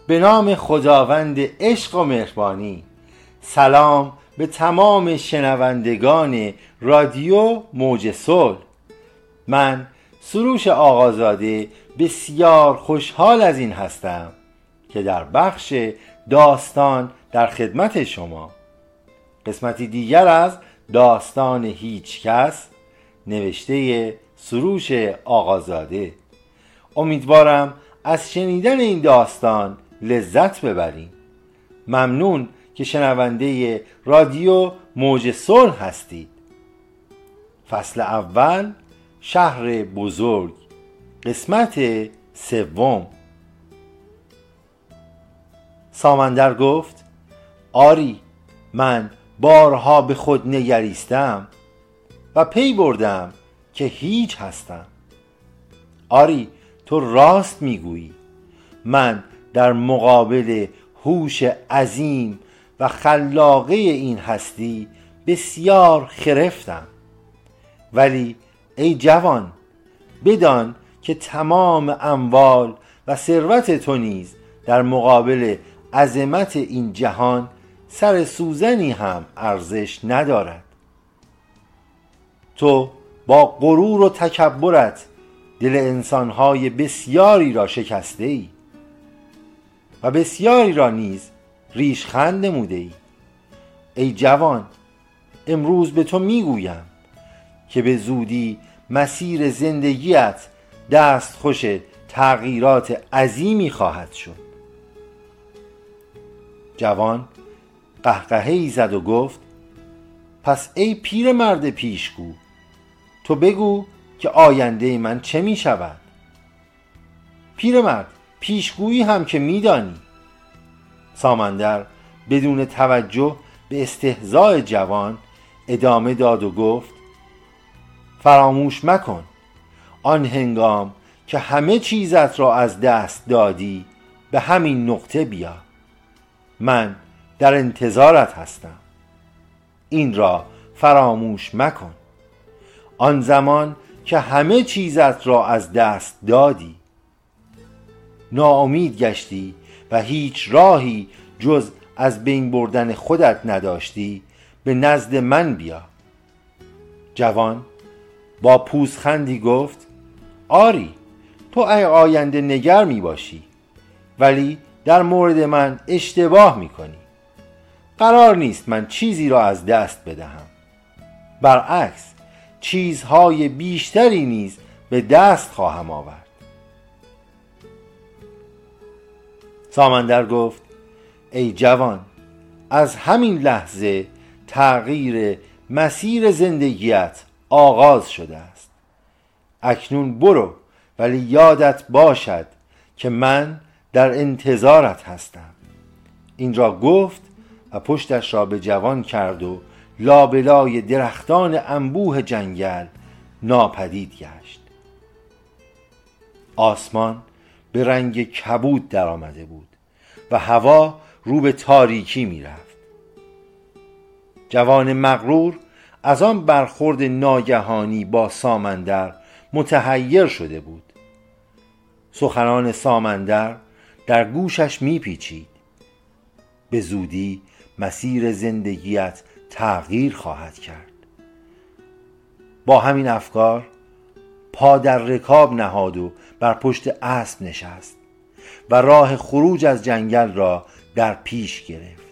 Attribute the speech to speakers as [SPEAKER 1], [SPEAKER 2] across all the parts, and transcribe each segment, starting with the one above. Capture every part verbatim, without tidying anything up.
[SPEAKER 1] به نام خداوند عشق و مهربانی. سلام به تمام شنوندگان رادیو موج صلح. من سروش آقازاده بسیار خوشحال از این هستم که در بخش داستان در خدمت شما، قسمتی دیگر از داستان هیچ کس نوشته سروش آقازاده. امیدوارم از شنیدن این داستان لذت ببرید. ممنون که شنونده رادیو موج صلح هستید. فصل اول، شهر بزرگ، قسمت سوم. سامندر گفت: آری، من بارها به خود نگریستم و پی بردم که هیچ هستم. آری، تو راست میگویی. من در مقابل هوش عظیم و خلاقه این هستی بسیار خرفتم. ولی ای جوان، بدان که تمام اموال و ثروت تو نیز در مقابل عظمت این جهان سر سوزنی هم ارزش ندارد. تو با غرور و تکبرت دل انسانهای بسیاری را شکسته ای و بسیاری را نیز ریشخند نموده ای. ای جوان، امروز به تو میگویم که به زودی مسیر زندگیت دست خوش تغییرات عظیمی خواهد شد. جوان قهقهه‌ای زد و گفت: پس ای پیرمرد پیشگو، تو بگو که آینده من چه می شود؟ پیرمرد، پیشگویی هم که می دانی. سامندر بدون توجه به استهزاء جوان ادامه داد و گفت: فراموش مکن، آن هنگام که همه چیزت را از دست دادی به همین نقطه بیا. من در انتظارت هستم. این را فراموش مکن. آن زمان که همه چیزت را از دست دادی، ناامید گشتی و هیچ راهی جز از بین بردن خودت نداشتی، به نزد من بیا. جوان با پوزخندی گفت: آری، تو ای آینده نگر می باشی، ولی در مورد من اشتباه می کنی. قرار نیست من چیزی را از دست بدهم. برعکس، چیزهای بیشتری نیز به دست خواهم آورد. سامندر گفت: ای جوان، از همین لحظه تغییر مسیر زندگیت آغاز شده است. اکنون برو، ولی یادت باشد که من در انتظارت هستم. این را گفت و پشتش را به جوان کرد و لابلای درختان انبوه جنگل ناپدید گشت. آسمان به رنگ کبود در آمده بود و هوا رو به تاریکی می رفت. جوان مغرور از آن برخورد ناگهانی با سامندر متحیر شده بود. سخنان سامندر در گوشش می پیچید: به زودی مسیر زندگیت تغییر خواهد کرد. با همین افکار پا در رکاب نهاد و بر پشت اسب نشست و راه خروج از جنگل را در پیش گرفت.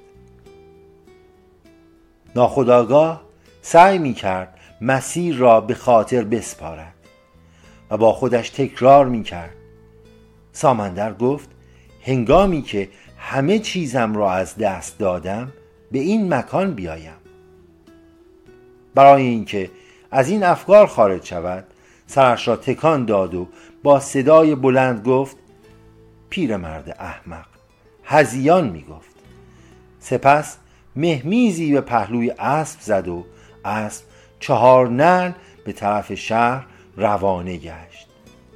[SPEAKER 1] ناخودآگاه سعی می کرد مسیر را به خاطر بسپارد و با خودش تکرار می کرد: سامندر گفت هنگامی که همه چیزم را از دست دادم به این مکان بیایم. برای اینکه از این افکار خارج شود سرش را تکان داد و با صدای بلند گفت: پیرمرد احمق، هذیان می گفت. سپس مهمیزی به پهلوی اسب زد و اسب چهار نعل به طرف شهر روانه گشت.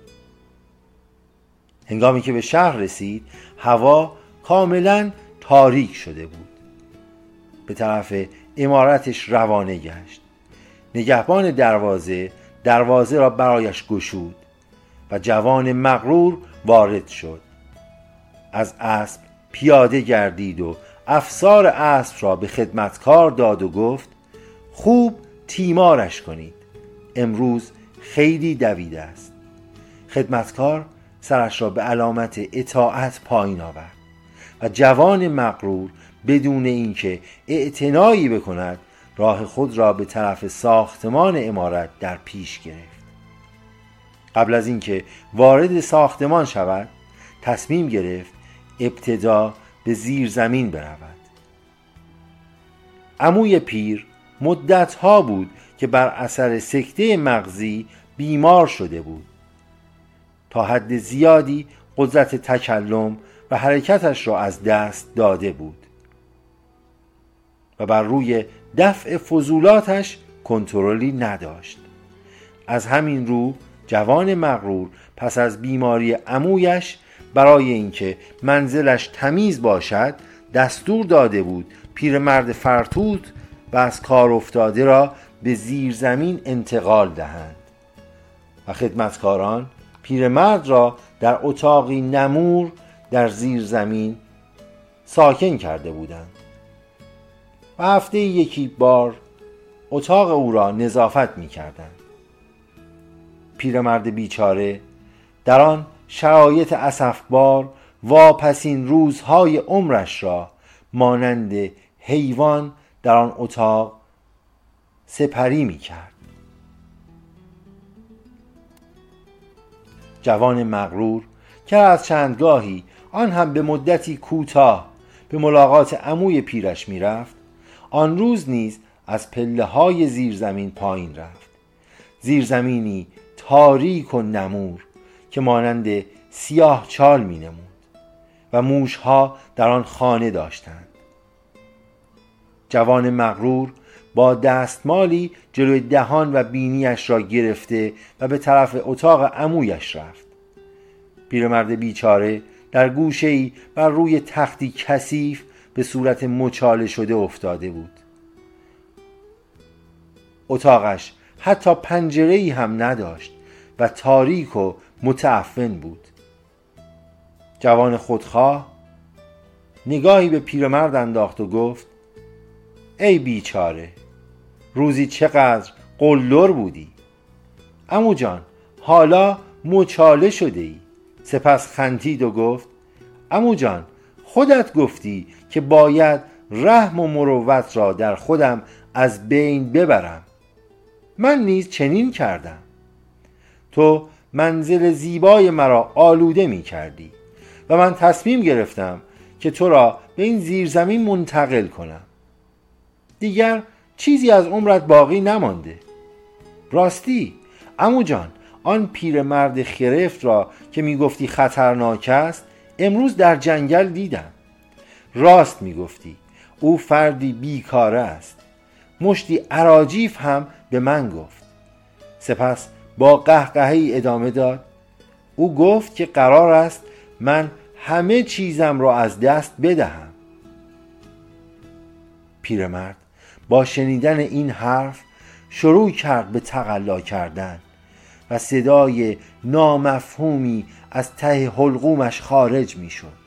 [SPEAKER 1] هنگامی که به شهر رسید هوا کاملا تاریک شده بود. به طرف عمارتش روانه گشت. نگهبان دروازه دروازه را برایش گشود و جوان مغرور وارد شد. از اسب پیاده گردید و افسار اسب را به خدمتکار داد و گفت خوب تیمارش کنید، امروز خیلی دویده است. خدمتکار سرش را به علامت اطاعت پایین آورد و جوان مغرور بدون اینکه اعتنایی بکند راه خود را به طرف ساختمان عمارت در پیش گرفت. قبل از اینکه وارد ساختمان شود تصمیم گرفت ابتدا به زیر زمین برود. عموی پیر مدتها بود که بر اثر سکته مغزی بیمار شده بود. تا حد زیادی قدرت تکلم و حرکتش را از دست داده بود و بر روی دفع فضولاتش کنترلی نداشت. از همین رو جوان مغرور پس از بیماری عمویش برای اینکه منزلش تمیز باشد دستور داده بود پیرمرد فرتوت و از کار افتاده را به زیر زمین انتقال دهند و خدمتکاران پیرمرد را در اتاقی نمور در زیر زمین ساکن کرده بودند و هفته یکی بار اتاق او را نظافت می کردند. پیرمرد بیچاره در آن شرایط اسفبار واپسین روزهای عمرش را مانند حیوان در آن اتاق سپری می کرد. جوان مغرور که از چندگاهی آن هم به مدتی کوتاه به ملاقات عموی پیرش می رفت، آن روز نیز از پله های زیرزمین پایین رفت. زیرزمینی تاریک و نمور که مانند سیاه چال می نمود و موشها در آن خانه داشتند. جوان مغرور با دستمالی جلوی دهان و بینیش را گرفته و به طرف اتاق عمویش رفت. پیرمرد بیچاره در گوشه‌ای بر روی تختی کثیف به صورت مچاله شده افتاده بود. اتاقش حتی پنجره‌ای هم نداشت و تاریک و متعفن بود. جوان خودخواه نگاهی به پیرمرد انداخت و گفت ای بیچاره، روزی چقدر قلدر بودی. عمو جان حالا مچاله شده ای. سپس خندید و گفت عمو جان خودت گفتی که باید رحم و مروت را در خودم از بین ببرم. من نیز چنین کردم. تو منزل زیبای مرا آلوده می کردی و من تصمیم گرفتم که تو را به این زیرزمین منتقل کنم. دیگر چیزی از عمرت باقی نمانده. راستی عمو جان، آن پیرمرد خرفت را که می گفتی خطرناک است امروز در جنگل دیدم. راست می گفتی، او فردی بیکاره است. مشتی اراجیف هم به من گفت. سپس با قهقهه‌ای ادامه داد او گفت که قرار است من همه چیزم را از دست بدهم. پیرمرد با شنیدن این حرف شروع کرد به تقلا کردن و صدای نامفهومی از ته حلقومش خارج می شد.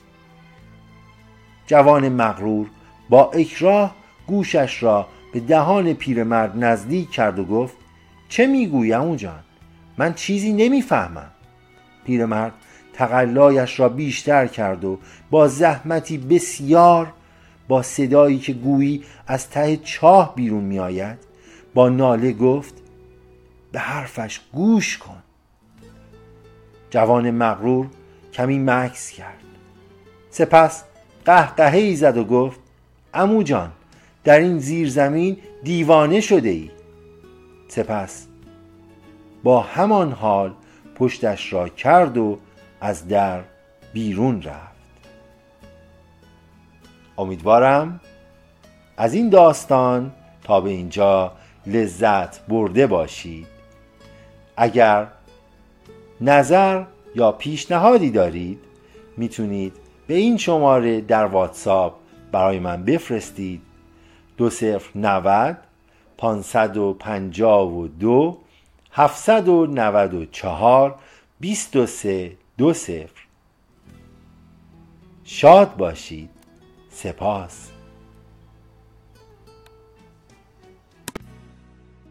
[SPEAKER 1] جوان مغرور با اکراه گوشش را به دهان پیرمرد نزدیک کرد و گفت چه میگویی عمو جان؟ من چیزی نمیفهمم. پیرمرد تقلایش را بیشتر کرد و با زحمتی بسیار با صدایی که گویی از ته چاه بیرون می آید با ناله گفت به حرفش گوش کن. جوان مغرور کمی مکث کرد. سپس قهقهه‌ای زد و گفت عمو جان در این زیر زمین دیوانه شده ای. سپس با همان حال پشتش را کرد و از در بیرون رفت. امیدوارم از این داستان تا به اینجا لذت برده باشید. اگر نظر یا پیشنهادی دارید میتونید به این شماره در واتساپ برای من بفرستید. دو صفر نود پانصد و پنجاه و دو هفتصد و نود و چهار بیست و سه دو صفر. شاد باشید. سپاس.